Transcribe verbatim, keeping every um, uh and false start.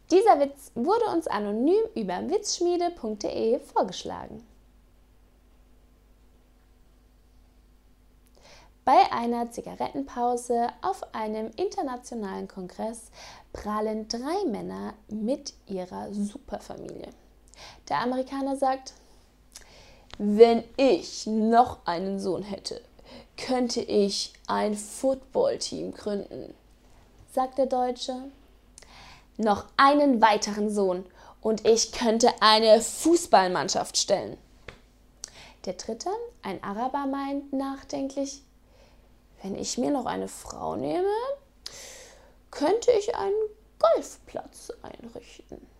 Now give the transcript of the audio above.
Dieser Witz wurde uns anonym über witzschmiede punkt de vorgeschlagen. Bei einer Zigarettenpause auf einem internationalen Kongress prahlen drei Männer mit ihrer Superfamilie. Der Amerikaner sagt: Wenn ich noch einen Sohn hätte, könnte ich ein Footballteam gründen. Sagt der Deutsche: Noch einen weiteren Sohn und ich könnte eine Fußballmannschaft stellen. Der dritte, ein Araber, meint nachdenklich: Wenn ich mir noch eine Frau nehme, könnte ich einen Golfplatz einrichten.